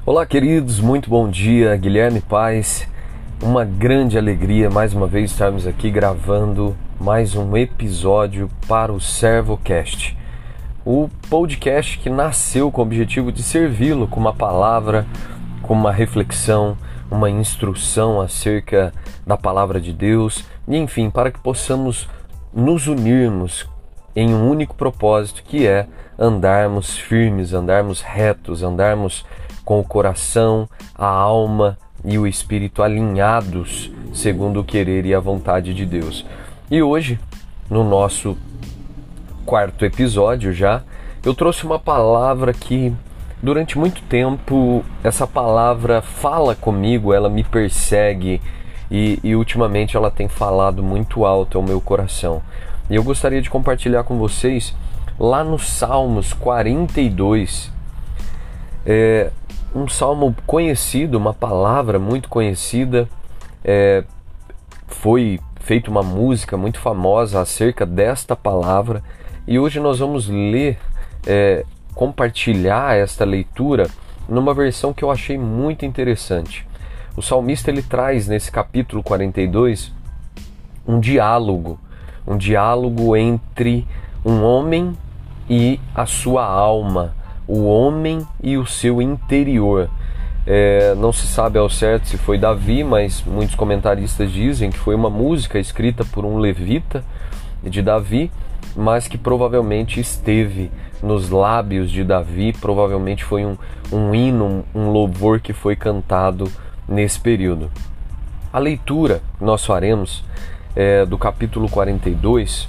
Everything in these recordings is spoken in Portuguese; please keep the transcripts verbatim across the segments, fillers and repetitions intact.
Olá, queridos, muito bom dia, Guilherme Paz. Uma grande alegria mais uma vez estarmos aqui gravando mais um episódio para o ServoCast, o podcast que nasceu com o objetivo de servi-lo com uma palavra, com uma reflexão, uma instrução acerca da palavra de Deus, e enfim, para que possamos nos unirmos em um único propósito, que é andarmos firmes, andarmos retos, andarmos com o coração, a alma e o espírito alinhados segundo o querer e a vontade de Deus. E hoje, no nosso quarto episódio já, eu trouxe uma palavra que durante muito tempo essa palavra fala comigo, ela me persegue e, e ultimamente ela tem falado muito alto ao meu coração. E eu gostaria de compartilhar com vocês lá no Salmos quarenta e dois, é, um salmo conhecido, uma palavra muito conhecida, é, foi feita uma música muito famosa acerca desta palavra, e hoje nós vamos ler, é, compartilhar esta leitura numa versão que eu achei muito interessante. O salmista ele traz nesse capítulo quarenta e dois um diálogo, um diálogo entre um homem e a sua alma, o homem e o seu interior. É, não se sabe ao certo se foi Davi, mas muitos comentaristas dizem que foi uma música escrita por um levita de Davi, mas que provavelmente esteve nos lábios de Davi, provavelmente foi um, um hino, um louvor que foi cantado nesse período. A leitura que nós faremos é, do capítulo quarenta e dois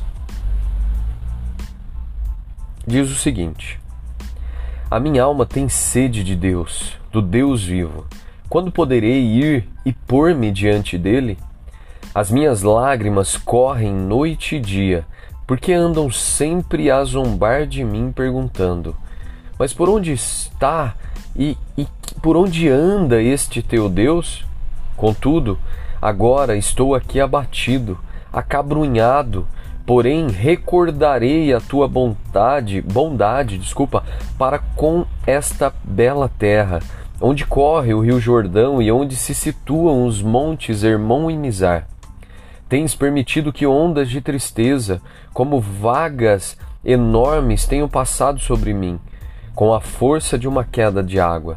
diz o seguinte: a minha alma tem sede de Deus, do Deus vivo. Quando poderei ir e pôr-me diante dele? As minhas lágrimas correm noite e dia, porque andam sempre a zombar de mim, perguntando: mas por onde está e, e por onde anda este teu Deus? Contudo, agora estou aqui abatido, acabrunhado, porém recordarei a tua bondade, bondade, desculpa, para com esta bela terra, onde corre o rio Jordão e onde se situam os montes Hermon e Mizar. Tens permitido que ondas de tristeza, como vagas enormes, tenham passado sobre mim, com a força de uma queda de água.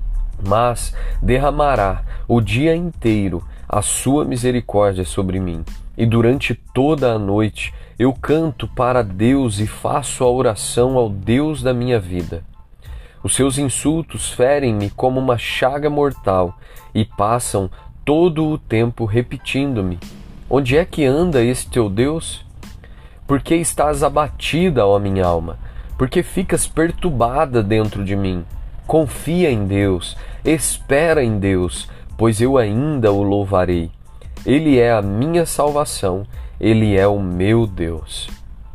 Mas derramará o dia inteiro a sua misericórdia sobre mim, e durante toda a noite eu canto para Deus e faço a oração ao Deus da minha vida. Os seus insultos ferem-me como uma chaga mortal e passam todo o tempo repetindo-me: onde é que anda esse teu Deus? Por que estás abatida, ó minha alma? Por que ficas perturbada dentro de mim? Confia em Deus, espera em Deus, pois eu ainda o louvarei. Ele é a minha salvação, Ele é o meu Deus.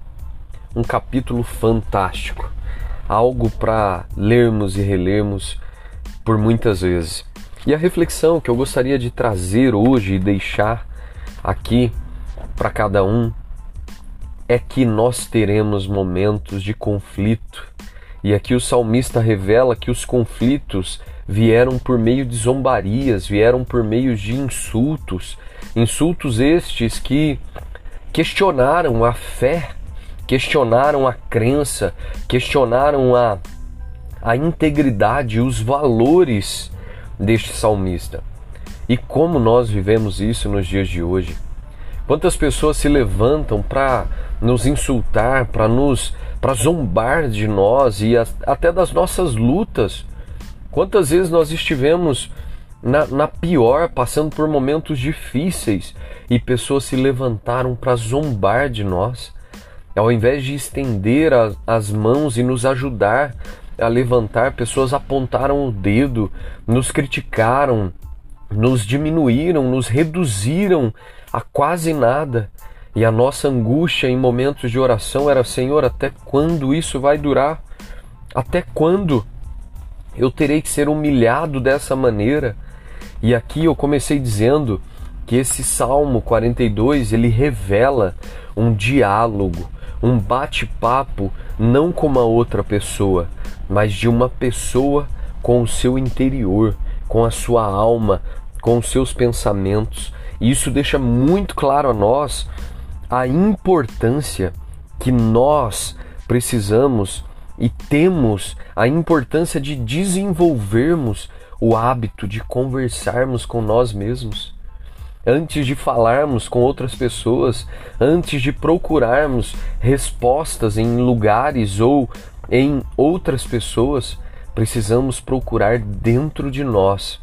Um capítulo fantástico, algo para lermos e relermos por muitas vezes. E a reflexão que eu gostaria de trazer hoje e deixar aqui para cada um é que nós teremos momentos de conflito. E aqui o salmista revela que os conflitos vieram por meio de zombarias, vieram por meio de insultos, insultos estes que questionaram a fé, questionaram a crença, questionaram a, a integridade e os valores deste salmista. E como nós vivemos isso nos dias de hoje? Quantas pessoas se levantam para nos insultar, para nos para zombar de nós e a, até das nossas lutas? Quantas vezes nós estivemos na, na pior, passando por momentos difíceis e pessoas se levantaram para zombar de nós, ao invés de estender a, as mãos e nos ajudar a levantar, pessoas apontaram o dedo, nos criticaram, nos diminuíram, nos reduziram a quase nada. E a nossa angústia em momentos de oração era: Senhor, até quando isso vai durar? Até quando eu terei que ser humilhado dessa maneira? E aqui eu comecei dizendo que esse Salmo quarenta e dois, ele revela um diálogo, um bate-papo, não com uma outra pessoa, mas de uma pessoa com o seu interior, com a sua alma, com os seus pensamentos. E isso deixa muito claro a nós a importância que nós precisamos e temos, a importância de desenvolvermos o hábito de conversarmos com nós mesmos. Antes de falarmos com outras pessoas, antes de procurarmos respostas em lugares ou em outras pessoas, precisamos procurar dentro de nós.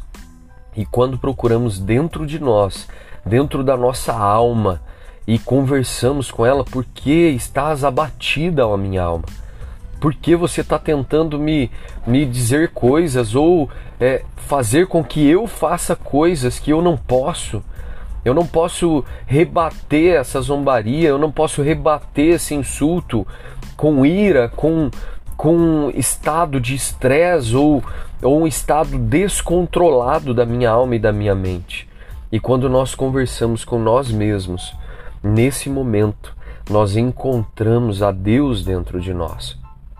E quando procuramos dentro de nós, dentro da nossa alma, e conversamos com ela: por que estás abatida, ó minha alma? Por que você está tentando me, me dizer coisas ou é, fazer com que eu faça coisas que eu não posso? Eu não posso rebater essa zombaria, eu não posso rebater esse insulto com ira, com, com um estado de estresse ou, ou um estado descontrolado da minha alma e da minha mente. E quando nós conversamos com nós mesmos, nesse momento, nós encontramos a Deus dentro de nós.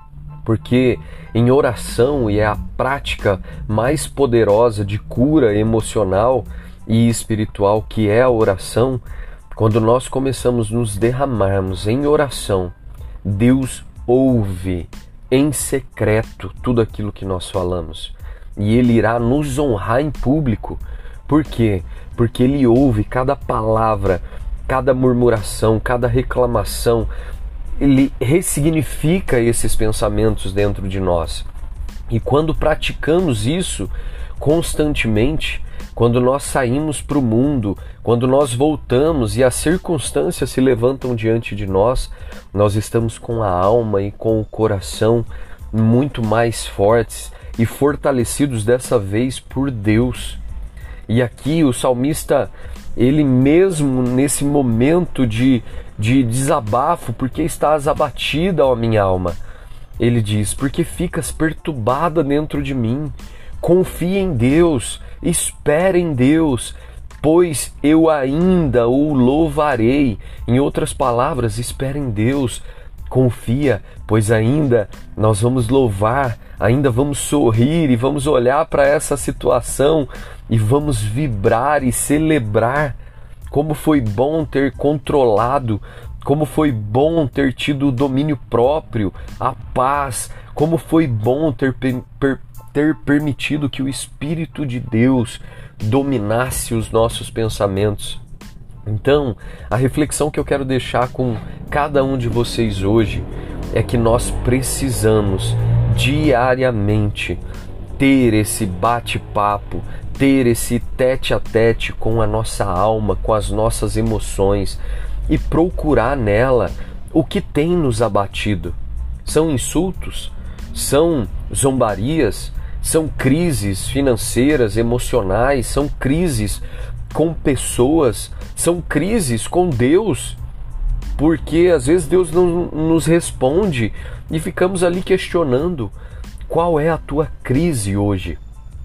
Porque em oração, e é a prática mais poderosa de cura emocional e espiritual que é a oração, quando nós começamos a nos derramarmos em oração, Deus ouve em secreto tudo aquilo que nós falamos. E Ele irá nos honrar em público. Por quê? Porque Ele ouve cada palavra, cada murmuração, cada reclamação. Ele ressignifica esses pensamentos dentro de nós. E quando praticamos isso constantemente, quando nós saímos para o mundo, quando nós voltamos e as circunstâncias se levantam diante de nós, nós estamos com a alma e com o coração muito mais fortes e fortalecidos dessa vez por Deus. E aqui o salmista, ele mesmo nesse momento de, de desabafo: porque estás abatida, ó minha alma, ele diz: porque ficas perturbada dentro de mim? Confie em Deus, espere em Deus, pois eu ainda o louvarei. Em outras palavras, espere em Deus, confia, pois ainda nós vamos louvar, ainda vamos sorrir e vamos olhar para essa situação e vamos vibrar e celebrar como foi bom ter controlado, como foi bom ter tido o domínio próprio, a paz, como foi bom ter, per, ter permitido que o Espírito de Deus dominasse os nossos pensamentos. Então, a reflexão que eu quero deixar com cada um de vocês hoje é que nós precisamos diariamente ter esse bate-papo, ter esse tete a tete com a nossa alma, com as nossas emoções e procurar nela o que tem nos abatido. São insultos? São zombarias? São crises financeiras, emocionais? São crises com pessoas? São crises com Deus? Porque às vezes Deus não nos responde e ficamos ali questionando. Qual é a tua crise hoje?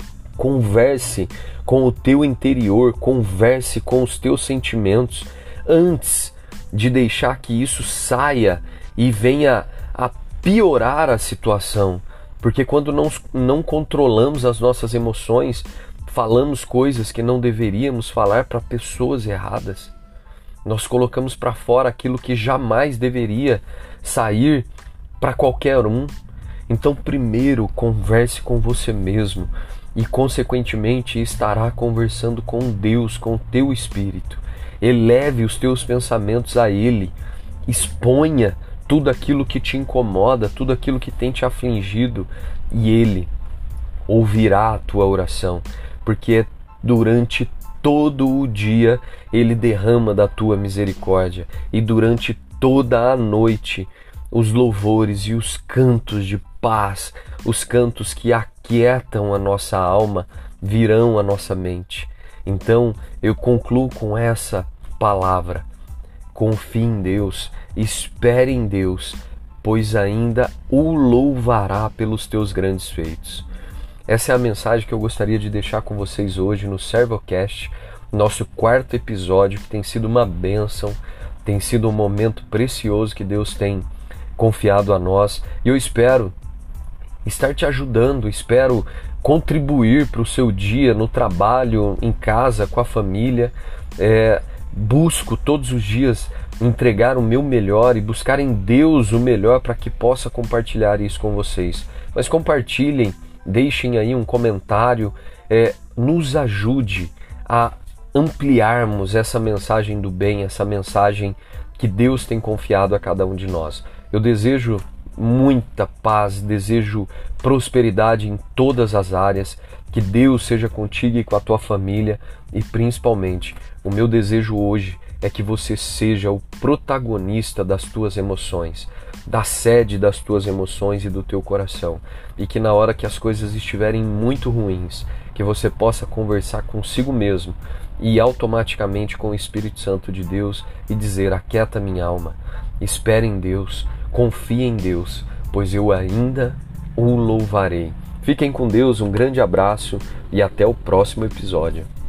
Converse com o teu interior, converse com os teus sentimentos antes de deixar que isso saia e venha a piorar a situação. Porque quando não, não controlamos as nossas emoções, falamos coisas que não deveríamos falar para pessoas erradas. Nós colocamos para fora aquilo que jamais deveria sair para qualquer um. Então, primeiro, converse com você mesmo e, consequentemente, estará conversando com Deus, com o teu espírito. Eleve os teus pensamentos a Ele. Exponha tudo aquilo que te incomoda, tudo aquilo que tem te afligido, e Ele ouvirá a tua oração, porque durante todo o dia Ele derrama da tua misericórdia, e durante toda a noite os louvores e os cantos de paz, os cantos que aquietam a nossa alma, virão à nossa mente. Então eu concluo com essa palavra: confie em Deus, espere em Deus, pois ainda o louvará pelos teus grandes feitos. Essa é a mensagem que eu gostaria de deixar com vocês hoje no Servocast, nosso quarto episódio, que tem sido uma bênção, tem sido um momento precioso que Deus tem confiado a nós, e eu espero estar te ajudando, espero contribuir para o seu dia, no trabalho, em casa, com a família. É, busco todos os dias entregar o meu melhor e buscar em Deus o melhor para que possa compartilhar isso com vocês. Mas compartilhem, deixem aí um comentário, é, nos ajude a ampliarmos essa mensagem do bem, essa mensagem que Deus tem confiado a cada um de nós. Eu desejo muita paz, desejo prosperidade em todas as áreas, que Deus seja contigo e com a tua família, e principalmente, o meu desejo hoje é que você seja o protagonista das tuas emoções, da sede das tuas emoções e do teu coração, e que na hora que as coisas estiverem muito ruins, que você possa conversar consigo mesmo e automaticamente com o Espírito Santo de Deus e dizer: aquieta minha alma, espere em Deus, confie em Deus, pois eu ainda o louvarei. Fiquem com Deus, um grande abraço e até o próximo episódio.